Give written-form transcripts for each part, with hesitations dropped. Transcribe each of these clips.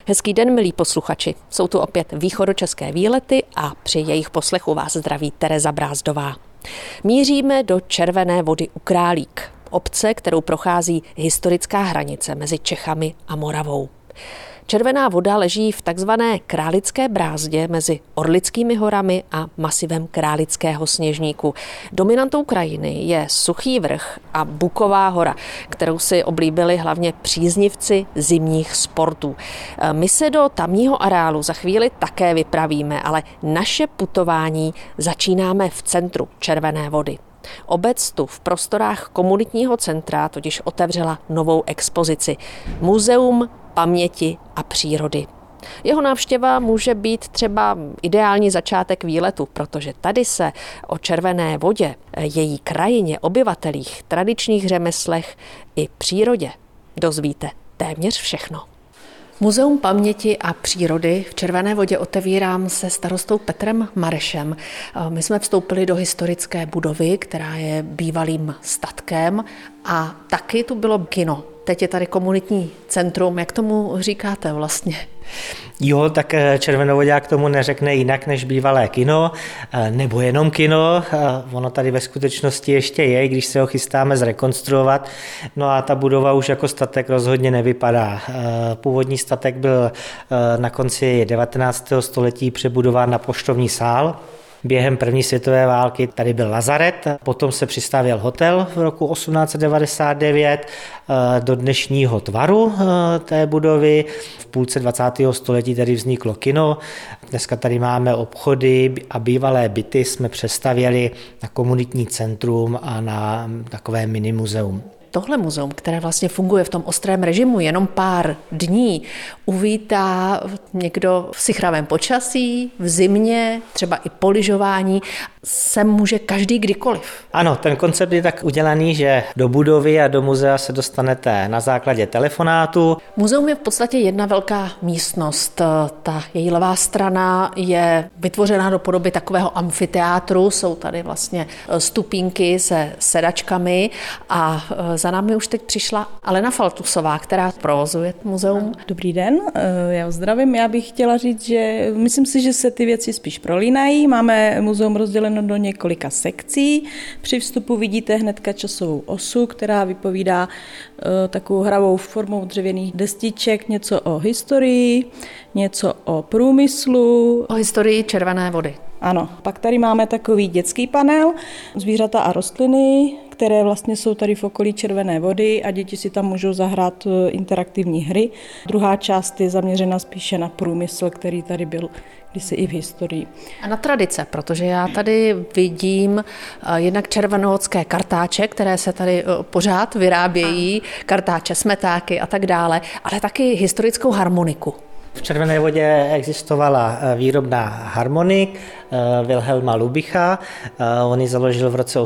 Hezký den, milí posluchači. Jsou tu opět východočeské výlety a při jejich poslechu vás zdraví Tereza Brázdová. Míříme do Červené Vody u Králík, obce, kterou prochází historická hranice mezi Čechami a Moravou. Červená Voda leží v takzvané Králické brázdě mezi Orlickými horami a masivem Králického sněžníku. Dominantou krajiny je Suchý vrch a Buková hora, kterou si oblíbili hlavně příznivci zimních sportů. My se do tamního areálu za chvíli také vypravíme, ale naše putování začínáme v centru Červené Vody. Obec tu v prostorách komunitního centra totiž otevřela novou expozici Muzeum paměti a přírody. Jeho návštěva může být třeba ideální začátek výletu, protože tady se o Červené Vodě, její krajině, obyvatelích, tradičních řemeslech i přírodě dozvíte téměř všechno. Muzeum paměti a přírody v Červené Vodě otevírám se starostou Petrem Marešem. My jsme vstoupili do historické budovy, která je bývalým statkem, a taky tu bylo kino. Teď je tady komunitní centrum. Jak tomu říkáte vlastně? Jo, tak Červenovodák k tomu neřekne jinak než bývalé kino, nebo jenom kino. Ono tady ve skutečnosti ještě je, když se ho chystáme zrekonstruovat. No a ta budova už jako statek rozhodně nevypadá. Původní statek byl na konci 19. století přebudován na poštovní sál. Během první světové války tady byl lazaret, potom se přistavěl hotel v roku 1899 do dnešního tvaru té budovy. V půlce 20. století tady vzniklo kino. Dneska tady máme obchody a bývalé byty jsme přestavěli na komunitní centrum a na takové mini muzeum. Tohle muzeum, které vlastně funguje v tom ostrém režimu jenom pár dní, uvítá někdo v sichravém počasí, v zimě, třeba i po lyžování. Sem může každý kdykoliv. Ano, ten koncept je tak udělaný, že do budovy a do muzea se dostanete na základě telefonátu. Muzeum je v podstatě jedna velká místnost. Ta její levá strana je vytvořená do podoby takového amfiteátru. Jsou tady vlastně stupínky se sedačkami a za námi už teď přišla Alena Faltusová, která provozuje muzeum. Dobrý den, já vás zdravím. Já bych chtěla říct, že myslím si, že se ty věci spíš prolínají. Máme muzeum rozdělené do několika sekcí. Při vstupu vidíte hnedka časovou osu, která vypovídá takovou hravou formou dřevěných destiček, něco o historii, něco o průmyslu. O historii Červené Vody. Ano, pak tady máme takový dětský panel, zvířata a rostliny, které vlastně jsou tady v okolí Červené Vody a děti si tam můžou zahrát interaktivní hry. Druhá část je zaměřena spíše na průmysl, který tady byl kdysi i v historii. A na tradice, protože já tady vidím jednak červenovodské kartáče, které se tady pořád vyrábějí, kartáče, smetáky a tak dále, ale taky historickou harmoniku. V Červené Vodě existovala výrobna harmonik Wilhelma Lubicha. On ji založil v roce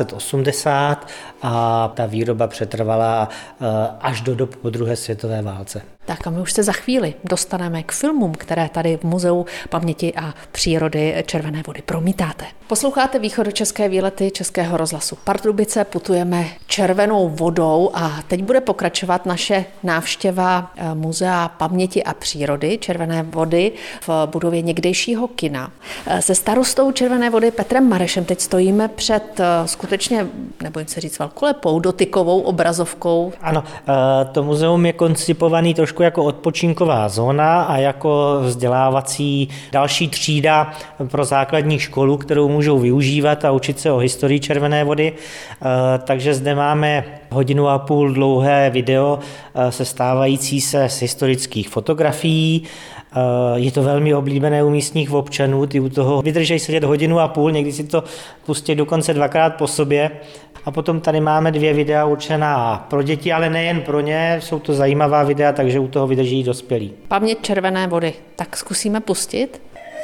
1880 a ta výroba přetrvala až do dob po druhé světové válce. Tak a my už se za chvíli dostaneme k filmům, které tady v Muzeu paměti a přírody Červené Vody promítáte. Posloucháte východočeské výlety Českého rozhlasu Pardubice, putujeme Červenou vodou a teď bude pokračovat naše návštěva Muzea paměti a přírody Červené Vody v budově někdejšího kina. Se starostou Červené Vody Petrem Marešem teď stojíme před skutečně, nebojím se říct, velkolepou dotykovou obrazovkou. Ano, to muzeum je koncipovaný trošku jako odpočinková zóna a jako vzdělávací další třída pro základní školu, kterou můžou využívat a učit se o historii Červené Vody. Takže zde máme 1,5 hodiny dlouhé video sestávající se z historických fotografií. Je to velmi oblíbené u místních občanů, ty u toho vydrží sedět 1,5 hodiny, někdy si to pustí dokonce 2krát po sobě. A potom tady máme 2 videa určená pro děti, ale nejen pro ně, jsou to zajímavá videa, takže u toho vydrží dospělí. Paměť Červené Vody, tak zkusíme pustit.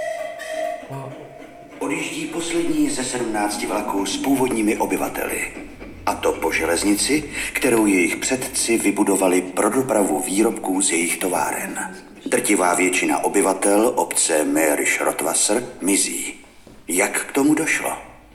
Odjíždí poslední ze 17 vlaků s původními obyvateli. A to po železnici, kterou jejich předci vybudovali pro dopravu výrobků z jejich továren. Drtivá většina obyvatel obce Mährisch-Rottwasser mizí. Jak k tomu došlo?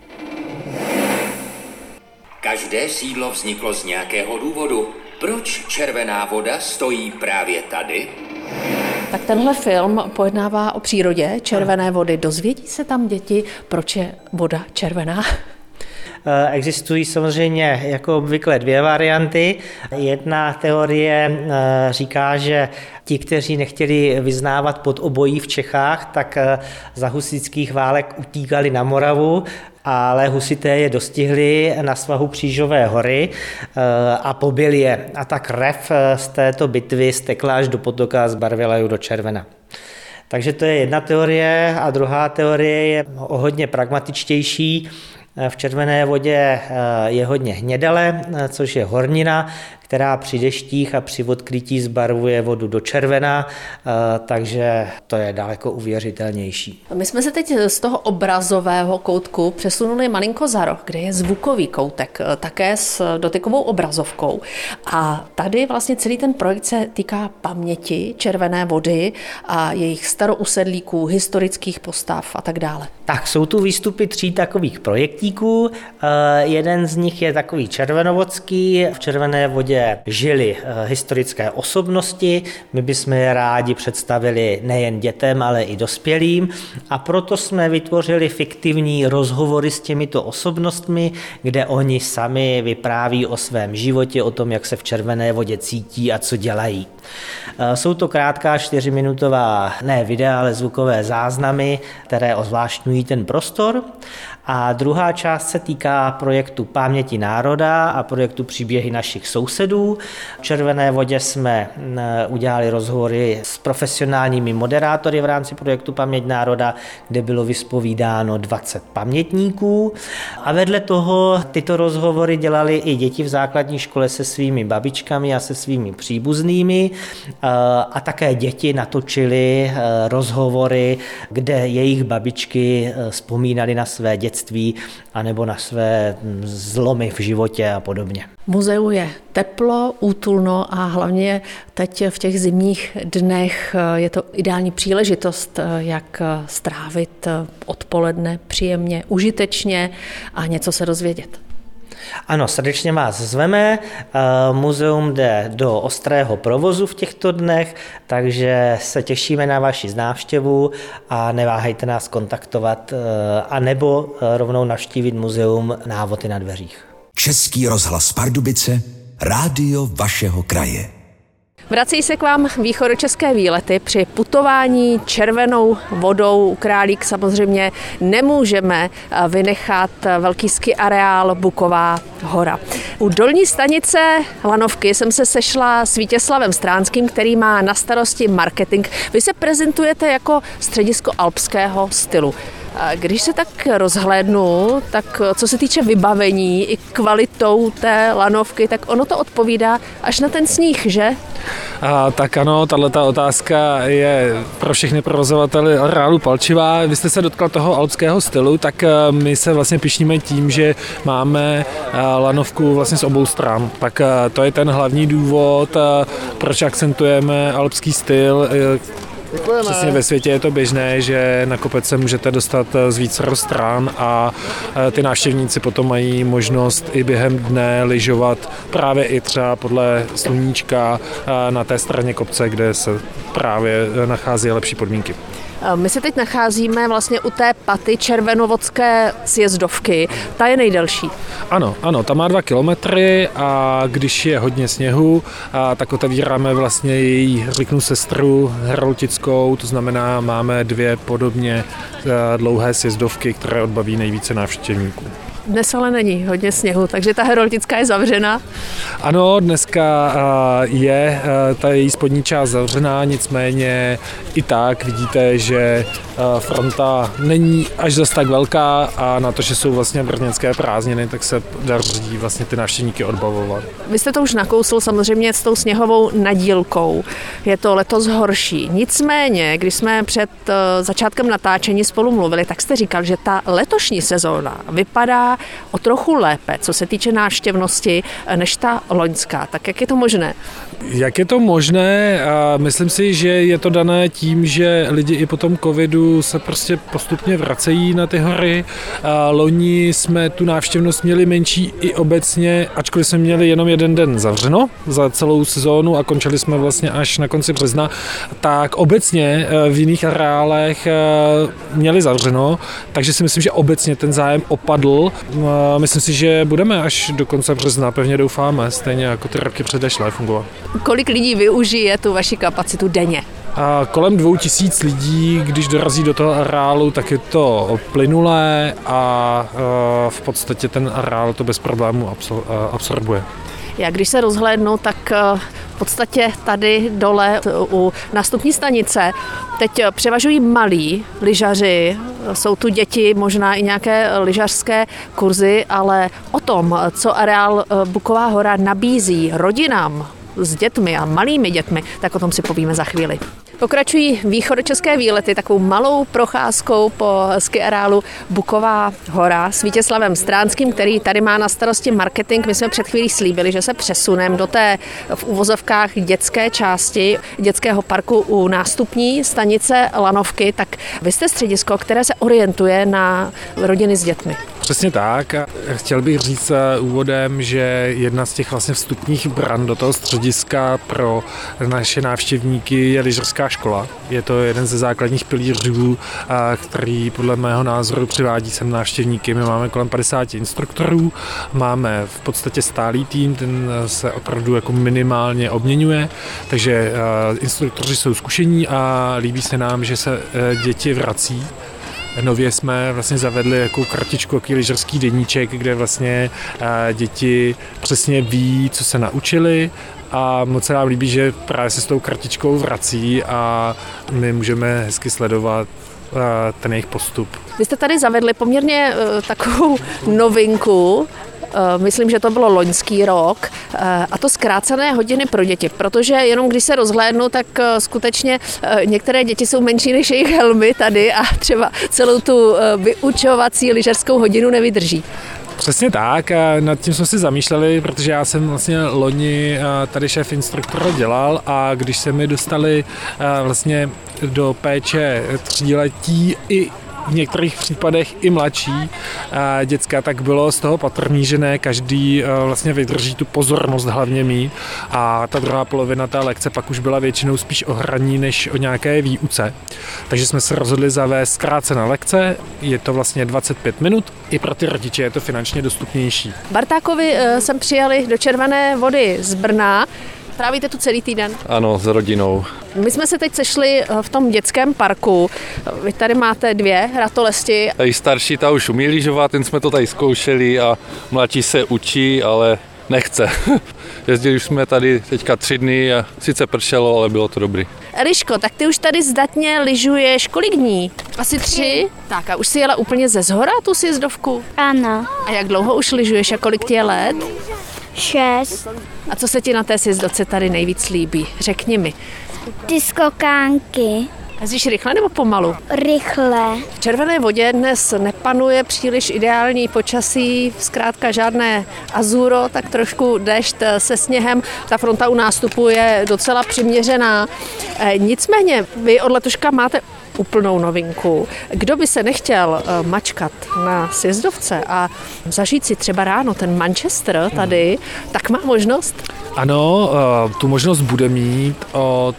Každé sídlo vzniklo z nějakého důvodu. Proč Červená Voda stojí právě tady? Tak tenhle film pojednává o přírodě červené vody. Dozvědí se tam děti, proč je voda červená? Existují samozřejmě jako obvykle dvě varianty. Jedna teorie říká, že ti, kteří nechtěli vyznávat podobojí v Čechách, tak za husitských válek utíkali na Moravu, ale husité je dostihli na svahu Křížové hory a pobili je. A ta krev z této bitvy stekla až do potoka a zbarvila ji do červena. Takže to je jedna teorie a druhá teorie je o hodně pragmatičtější. V červené vodě je hodně hnědele, což je hornina, která při deštích a při odkrytí zbarvuje vodu do červena, takže to je daleko uvěřitelnější. My jsme se teď z toho obrazového koutku přesunuli malinko za roh, kde je zvukový koutek, také s dotykovou obrazovkou. A tady vlastně celý ten projekt se týká paměti červené vody a jejich starousedlíků, historických postav a tak dále. Tak jsou tu výstupy 3 takových projektíků. Jeden z nich je takový červenovodský. V červené vodě žili historické osobnosti. My bychom je rádi představili nejen dětem, ale i dospělým. A proto jsme vytvořili fiktivní rozhovory s těmito osobnostmi, kde oni sami vypráví o svém životě, o tom, jak se v červené vodě cítí a co dělají. Jsou to krátká 4minutová, ne videa, ale zvukové záznamy, které ozvláštňují ten prostor. A druhá část se týká projektu Paměti národa a projektu Příběhy našich sousedů. V červené vodě jsme udělali rozhovory s profesionálními moderátory v rámci projektu Paměť národa, kde bylo vyspovídáno 20 pamětníků. A vedle toho tyto rozhovory dělali i děti v základní škole se svými babičkami a se svými příbuznými. A také děti natočily rozhovory, kde jejich babičky vzpomínaly na své dětství anebo na své zlomy v životě a podobně. Muzeu je teplo, útulno a hlavně teď v těch zimních dnech je to ideální příležitost, jak strávit odpoledne příjemně, užitečně a něco se dozvědět. Ano, srdečně vás zveme. Muzeum jde do ostrého provozu v těchto dnech, takže se těšíme na vaši návštěvu a neváhejte nás kontaktovat anebo rovnou navštívit muzeum Návody na dveřích. Český rozhlas Pardubice, rádio vašeho kraje. Vrací se k vám východočeské výlety. Při putování červenou vodou u Králík samozřejmě nemůžeme vynechat velký ski areál Buková hora. U dolní stanice Lanovky jsem se sešla s Vítězslavem Stránským, který má na starosti marketing. Vy se prezentujete jako středisko alpského stylu. Když se tak rozhlédnu, tak co se týče vybavení i kvalitou té lanovky, tak ono to odpovídá až na ten sníh, že? Tak ano, tato otázka je pro všechny provozovatele areálu palčivá. Vy jste se dotkla toho alpského stylu, tak my se vlastně pyšníme tím, že máme lanovku vlastně z obou stran. Tak to je ten hlavní důvod, proč akcentujeme alpský styl. Děkujeme. Přesně ve světě je to běžné, že na kopec se můžete dostat z vícero stran a ty návštěvníci potom mají možnost i během dne lyžovat právě i třeba podle sluníčka na té straně kopce, kde se právě nachází lepší podmínky. My se teď nacházíme vlastně u té paty červenovodské sjezdovky. Ta je nejdelší. Ano, ta má 2 kilometry a když je hodně sněhu, tak otevíráme vlastně její, řeknu, sestru heroltickou, to znamená, máme 2 podobně dlouhé sjezdovky, které odbaví nejvíce návštěvníků. Dnes ale není hodně sněhu, takže ta heroltická je zavřena. Ano, dneska je ta její spodní část zavřená, nicméně i tak vidíte, že fronta není až zas tak velká a na to, že jsou vlastně brněnské prázdniny, tak se daří vlastně ty návštěvníky odbavovat. Vy jste to už nakousl samozřejmě s tou sněhovou nadílkou. Je to letos horší. Nicméně, když jsme před začátkem natáčení spolu mluvili, tak jste říkal, že ta letošní sezóna vypadá vypadá o trochu lépe, co se týče návštěvnosti, než ta loňská. Tak jak je to možné? Jak je to možné? Myslím si, že je to dané tím, že lidi i po tom covidu se prostě postupně vracejí na ty hory. Loni jsme tu návštěvnost měli menší i obecně, ačkoliv jsme měli jenom jeden den zavřeno za celou sezónu a končili jsme vlastně až na konci března, tak obecně v jiných areálech měli zavřeno, takže si myslím, že obecně ten zájem opadl. Myslím si, že budeme až do konce března, pevně doufáme, stejně jako ty roky předešlé fungovat. Kolik lidí využije tu vaši kapacitu denně? A kolem 2000 lidí, když dorazí do toho areálu, tak je to plynulé a v podstatě ten areál to bez problémů absorbuje. Já když se rozhlédnu, tak v podstatě tady dole u nástupní stanice teď převažují malí lyžaři, jsou tu děti, možná i nějaké lyžařské kurzy, ale o tom, co areál Buková hora nabízí rodinám s dětmi a malými dětmi, tak o tom si povíme za chvíli. Pokračují východočeské výlety takovou malou procházkou po ski areálu Buková hora s Vítězslavem Stránským, který tady má na starosti marketing. My jsme před chvílí slíbili, že se přesuneme do té v uvozovkách dětské části dětského parku u nástupní stanice Lanovky. Tak vy jste středisko, které se orientuje na rodiny s dětmi. Přesně tak. Chtěl bych říct úvodem, že jedna z těch vlastně vstupních bran do toho střediska pro naše návštěvníky je lyžařská škola. Je to jeden ze základních pilířů, který podle mého názoru přivádí sem návštěvníky. My máme kolem 50 instruktorů, máme v podstatě stálý tým, ten se opravdu jako minimálně obměňuje, takže instruktoři jsou zkušení a líbí se nám, že se děti vrací. Nově jsme vlastně zavedli jako kartičku, jaký lyžařský deníček, kde vlastně děti přesně ví, co se naučili a moc se nám líbí, že právě se s tou kartičkou vrací a my můžeme hezky sledovat ten jejich postup. Vy jste tady zavedli poměrně takovou novinku, myslím, že to bylo loňský rok, a to zkrácené hodiny pro děti, protože jenom když se rozhlédnu, tak skutečně některé děti jsou menší než jejich helmy tady a třeba celou tu vyučovací lyžařskou hodinu nevydrží. Přesně tak, nad tím jsme si zamýšleli, protože já jsem vlastně loni tady šéf instruktora dělal a když se mi dostali vlastně do péče tříletí i v některých případech i mladší děcka, tak bylo z toho patrný, že ne každý vlastně vydrží tu pozornost hlavně mít a ta druhá polovina té lekce pak už byla většinou spíš o hraní než o nějaké výuce. Takže jsme se rozhodli zavést zkrácené lekce, je to vlastně 25 minut, i pro ty rodiče je to finančně dostupnější. Bartákovi jsem přijali do Červené Vody z Brna. Trávíte tu celý týden? Ano, s rodinou. My jsme se teď sešli v tom dětském parku. Vy tady máte 2 ratolesti. Tady starší ta už umí lyžovat, ten jsme to tady zkoušeli a mladší se učí, ale nechce. Jezdili už jsme tady teďka 3 dny a sice pršelo, ale bylo to dobrý. Eliško, tak ty už tady zdatně lyžuješ kolik dní? Asi 3? Tak a už si jela úplně ze zhora tu sjezdovku? Ano. A jak dlouho už lyžuješ a kolik ti je let? 6. A co se ti na té sjezdovce tady nejvíc líbí? Řekni mi. Ty skokánky. Jezdíš rychle nebo pomalu? Rychle. V Červené Vodě dnes nepanuje příliš ideální počasí, zkrátka žádné azuro, tak trošku déšť se sněhem. Ta fronta u nástupu je docela přiměřená. Nicméně vy od letoška máte úplnou novinku. Kdo by se nechtěl mačkat na sjezdovce a zažít si třeba ráno ten Manchester tady, tak má možnost? Ano, tu možnost bude mít od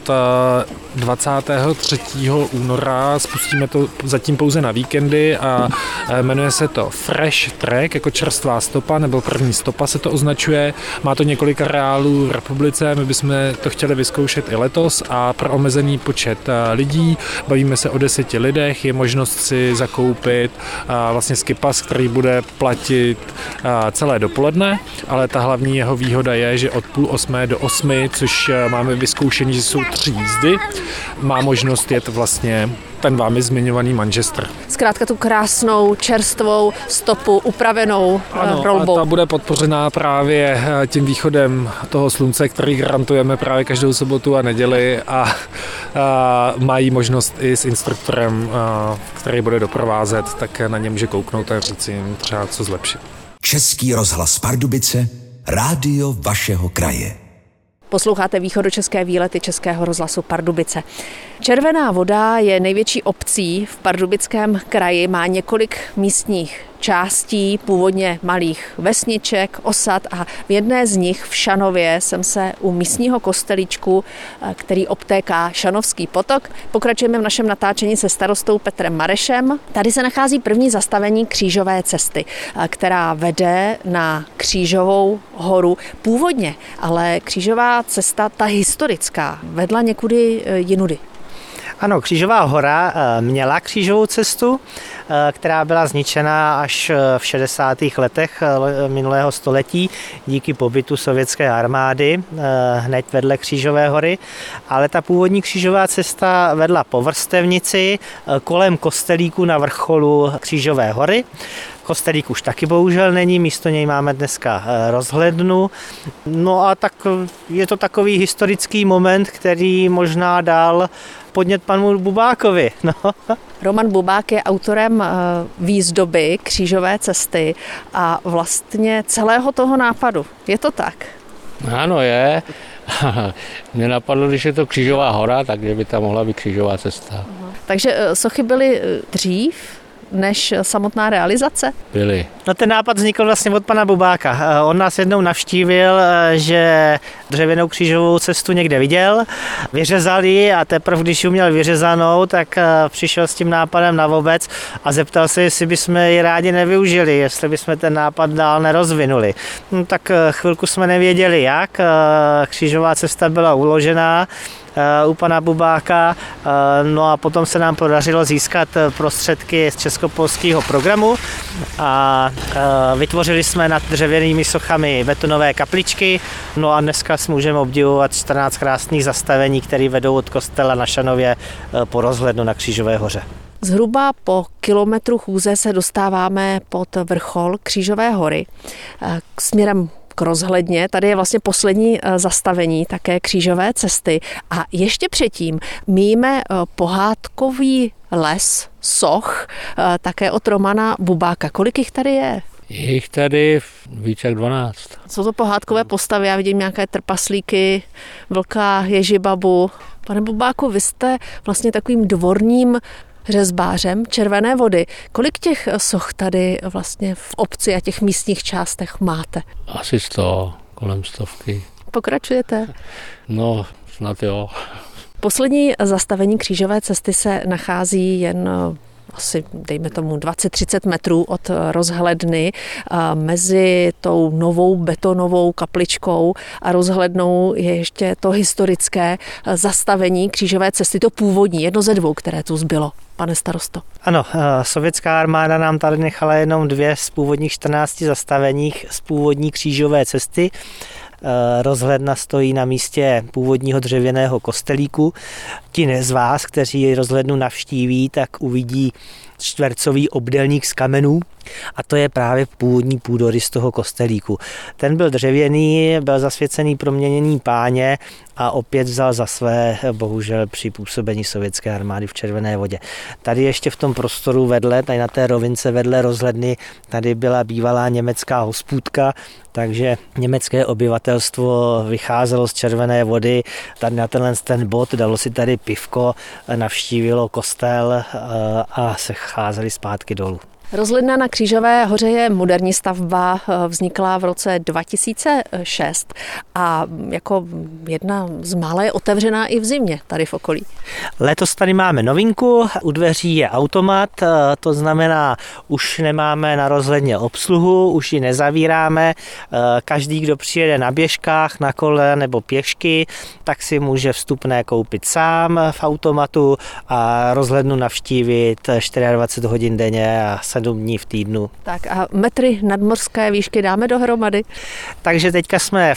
23. února, spustíme to zatím pouze na víkendy a jmenuje se to Fresh Track, jako čerstvá stopa, nebo první stopa se to označuje. Má to několik areálů v republice, my bychom to chtěli vyzkoušet i letos a pro omezený počet lidí, bavíme se o 10 lidech, je možnost si zakoupit vlastně ski pas, který bude platit celé dopoledne, ale ta hlavní jeho výhoda je, že od 7:30 do 8, což máme vyzkoušení, že jsou 3 jízdy, má možnost jet vlastně ten vámi zmiňovaný Manchester. Zkrátka tu krásnou, čerstvou stopu, upravenou roulbou. A ta bude podpořená právě tím východem toho slunce, který garantujeme právě každou sobotu a neděli a mají možnost i s instruktorem, který bude doprovázet, tak na ně může kouknout a říct jim třeba co zlepšit. Český rozhlas Pardubice, rádio vašeho kraje. Posloucháte východočeské výlety Českého rozhlasu Pardubice. Červená Voda je největší obcí v Pardubickém kraji, má několik místních částí, původně malých vesniček, osad a v jedné z nich v Šanově jsem se u místního kostelíčku, který obtéká Šanovský potok. Pokračujeme v našem natáčení se starostou Petrem Marešem. Tady se nachází první zastavení křížové cesty, která vede na Křížovou horu. Původně, ale křížová cesta, ta historická, vedla někudy jinudy. Ano, Křížová hora měla křížovou cestu, která byla zničena až v 60. letech minulého století díky pobytu sovětské armády hned vedle Křížové hory, ale ta původní křížová cesta vedla po vrstevnici kolem kostelíku na vrcholu Křížové hory. Kostelík už taky bohužel není, místo něj máme dneska rozhlednu. No a tak je to takový historický moment, který možná dal podnět panu Bubákovi. No. Roman Bubák je autorem výzdoby křížové cesty a vlastně celého toho nápadu. Je to tak? Ano, je. Mě napadlo, když je to Křížová hora, takže by tam mohla být křížová cesta. Takže sochy byly dřív než samotná realizace? Byly. No ten nápad vznikl vlastně od pana Bubáka. On nás jednou navštívil, že dřevěnou křížovou cestu někde viděl, vyřezal ji a teprve, když ji měl vyřezanou, tak přišel s tím nápadem na obec a zeptal se, jestli bychom ji rádi nevyužili, jestli bychom ten nápad dál nerozvinuli. No, tak chvilku jsme nevěděli jak. Křížová cesta byla uložená u pana Bubáka, no a potom se nám podařilo získat prostředky z českopolského programu a vytvořili jsme nad dřevěnými sochami betonové kapličky, no a dneska můžeme obdivovat 14 krásných zastavení, které vedou od kostela na Šanově po rozhlednu na Křížové hoře. Zhruba po kilometru chůze se dostáváme pod vrchol Křížové hory směrem k rozhledně. Tady je vlastně poslední zastavení také křížové cesty a ještě předtím míme pohádkový les soch, také od Romana Bubáka. Kolik jich tady je? Je jich tady více jak 12. Jsou to pohádkové postavy, já vidím nějaké trpaslíky, vlka, ježibabu. Pane Bubáku, vy jste vlastně takovým dvorním řezbářem Červené Vody. Kolik těch soch tady vlastně v obci a těch místních částech máte? Asi 100, kolem 100. Pokračujete? No, snad jo. Poslední zastavení křížové cesty se nachází jen asi, dejme tomu, 20-30 metrů od rozhledny. Mezi tou novou betonovou kapličkou a rozhlednou je ještě to historické zastavení křížové cesty, to původní, jedno ze dvou, které tu zbylo. Pane starosto. Ano, sovětská armáda nám tady nechala jenom 2 z původních 14 zastaveních z původní křížové cesty. Rozhledna stojí na místě původního dřevěného kostelíku. Ti z vás, kteří rozhlednu navštíví, tak uvidí čtvercový obdélník z kamenů a to je právě původní půdorys toho kostelíku. Ten byl dřevěný, byl zasvěcený proměnění Páně a opět vzal za své, bohužel, při působení sovětské armády v Červené Vodě. Tady ještě v tom prostoru vedle, tady na té rovince vedle rozhledny, tady byla bývalá německá hospůdka, takže německé obyvatelstvo vycházelo z Červené Vody, tady na ten bod, dalo si tady pivko, navštívilo kostel a se cházeli zpátky dolů. Rozhledna na Křížové hoře je moderní stavba, vznikla v roce 2006 a jako jedna z mála je otevřená i v zimě tady v okolí. Letos tady máme novinku, u dveří je automat, to znamená, už nemáme na rozhledně obsluhu, už ji nezavíráme, každý, kdo přijede na běžkách, na kole nebo pěšky, tak si může vstupné koupit sám v automatu a rozhlednu navštívit 24 hodin denně a 7 7 dní v týdnu. Tak a metry nadmořské výšky dáme dohromady? Takže teďka jsme v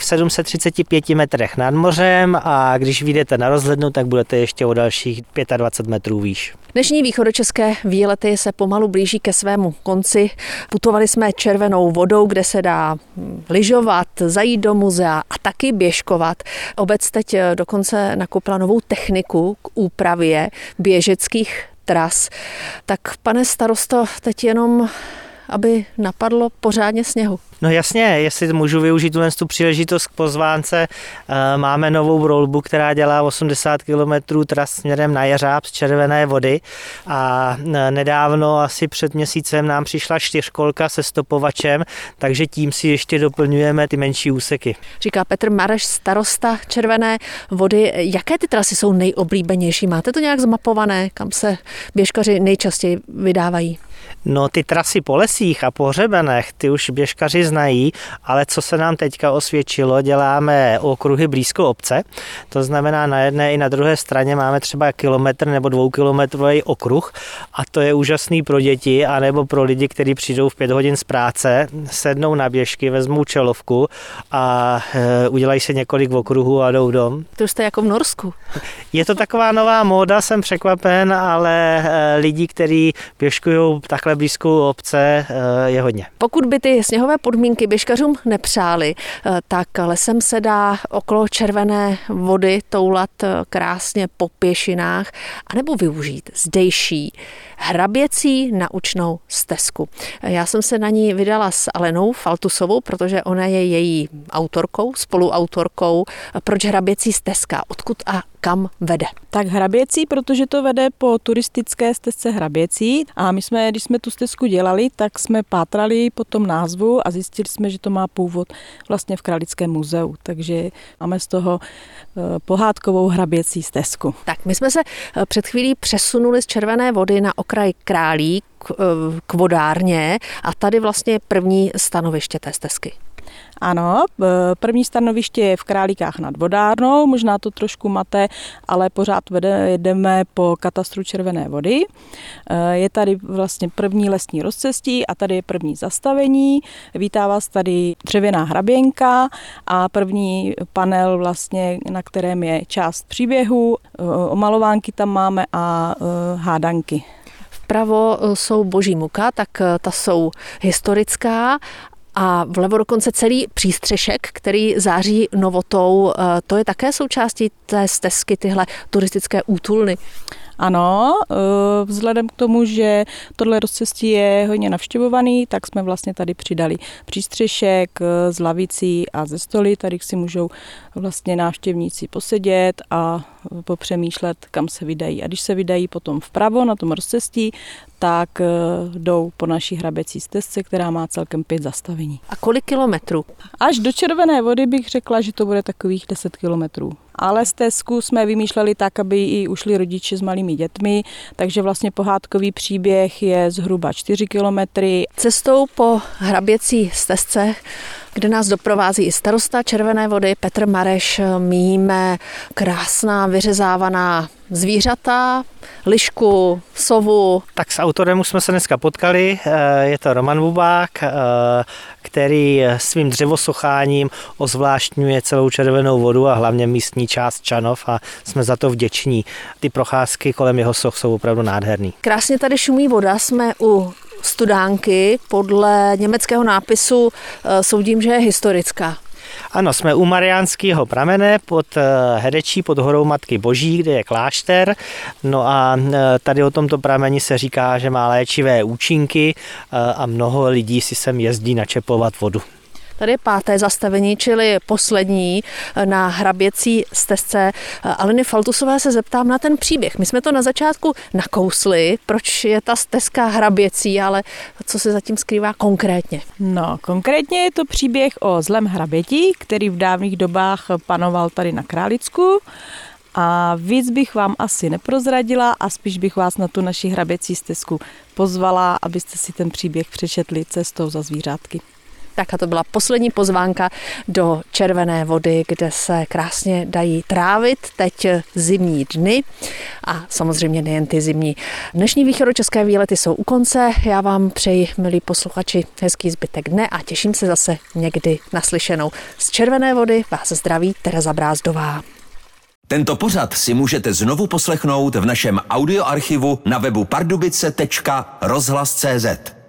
735 metrech nad mořem a když vyjdete na rozhlednu, tak budete ještě o dalších 25 metrů výš. Dnešní východočeské výlety se pomalu blíží ke svému konci. Putovali jsme červenou vodou, kde se dá lyžovat, zajít do muzea a taky běžkovat. Obec teď dokonce nakoupila novou techniku k úpravě běžeckých tras. Tak pane starosto, teď jenom, aby napadlo pořádně sněhu. No jasně, jestli můžu využít tu příležitost k pozvánce, máme novou broulbu, která dělá 80 km tras směrem na Jeřáb z Červené Vody a nedávno, asi před měsícem, nám přišla 4kolka se stopovačem, takže tím si ještě doplňujeme ty menší úseky. Říká Petr Mareš, starosta Červené Vody. Jaké ty trasy jsou nejoblíbenější? Máte to nějak zmapované, kam se běžkaři nejčastěji vydávají? No ty trasy po lesích a po hřebenech, ty už běžkaři znají, ale co se nám teďka osvědčilo, děláme okruhy blízko obce, to znamená na jedné i na druhé straně máme třeba kilometr nebo 2kilometrový okruh a to je úžasný pro děti anebo pro lidi, kteří přijdou v 5 hodin z práce, sednou na běžky, vezmou čelovku a udělají se několik okruhů a jdou dom. To už jste jako v Norsku. Je to taková nová móda, jsem překvapen, ale lidí, kteří běžkují takhle blízko obce, je hodně. Pokud by ty sněhové podmínky běžkařům nepřáli, tak lesem se dá okolo Červené Vody toulat krásně po pěšinách anebo využít zdejší hraběcí naučnou stezku. Já jsem se na ní vydala s Alenou Faltusovou, protože ona je její autorkou, spoluautorkou. Proč hraběcí stezka? Odkud a kam vede? Tak hraběcí, protože to vede po turistické stezce Hraběcí a my jsme, když jsme tu stezku dělali, tak jsme pátrali po tom názvu a zjistili jsme, že to má původ vlastně v Králickém muzeu, takže máme z toho pohádkovou hraběcí stezku. Tak my jsme se před chvílí přesunuli z Červené Vody na okraj Králík k vodárně a tady vlastně první stanoviště té stezky. Ano, první stanoviště je v Králíkách nad vodárnou, možná to trošku mate, ale pořád jedeme po katastru Červené Vody. Je tady vlastně první lesní rozcestí a tady je první zastavení. Vítá vás tady dřevěná hraběnka a první panel vlastně, na kterém je část příběhu, omalovánky tam máme a hádanky. Vpravo jsou Boží muka, tak ta jsou historická. A vlevo dokonce celý přístřešek, který září novotou, to je také součástí té stezky, tyhle turistické útulny. Ano, vzhledem k tomu, že tohle rozcestí je hodně navštěvovaný, tak jsme vlastně tady přidali přístřešek s lavicí a ze stoly. Tady si můžou vlastně návštěvníci posedět a popřemýšlet, kam se vydají. A když se vydají potom vpravo na tom rozcestí, tak jdou po naší hraběcí stezce, která má celkem 5 zastavení. A kolik kilometrů? Až do Červené Vody bych řekla, že to bude takových 10 kilometrů. Ale stezku jsme vymýšleli tak, aby i ušli rodiče s malými dětmi, takže vlastně pohádkový příběh je zhruba 4 kilometry. Cestou po hraběcí stezce, kde nás doprovází i starosta Červené Vody Petr Mareš, míjíme krásná vyřezávaná zvířata, lišku, sovu. Tak s autorem už jsme se dneska potkali, je to Roman Bubák, který svým dřevosocháním ozvláštňuje celou Červenou Vodu a hlavně místní část Čanov a jsme za to vděční. Ty procházky kolem jeho soch jsou opravdu nádherný. Krásně tady šumí voda, jsme u studánky, podle německého nápisu soudím, že je historická. Ano, jsme u Mariánského pramene pod Hedečí, pod horou Matky Boží, kde je klášter. No a tady o tomto prameni se říká, že má léčivé účinky a mnoho lidí si sem jezdí načepovat vodu. Tady je 5. zastavení, čili poslední na hraběcí stezce. Aleny Faltusové se zeptám na ten příběh. My jsme to na začátku nakousli, proč je ta stezka hraběcí, ale co se zatím skrývá konkrétně? No, konkrétně je to příběh o zlém hraběti, který v dávných dobách panoval tady na Králicku. A víc bych vám asi neprozradila a spíš bych vás na tu naši hraběcí stezku pozvala, abyste si ten příběh přečetli cestou za zvířátky. Tak a to byla poslední pozvánka do Červené Vody, kde se krásně dají trávit teď zimní dny a samozřejmě nejen ty zimní. Dnešní východočeské výlety jsou u konce. Já vám přeji, milí posluchači, hezký zbytek dne a těším se zase někdy naslyšenou. Z Červené Vody vás zdraví Tereza Brázdová. Tento pořad si můžete znovu poslechnout v našem audioarchivu na webu pardubice.rozhlas.cz.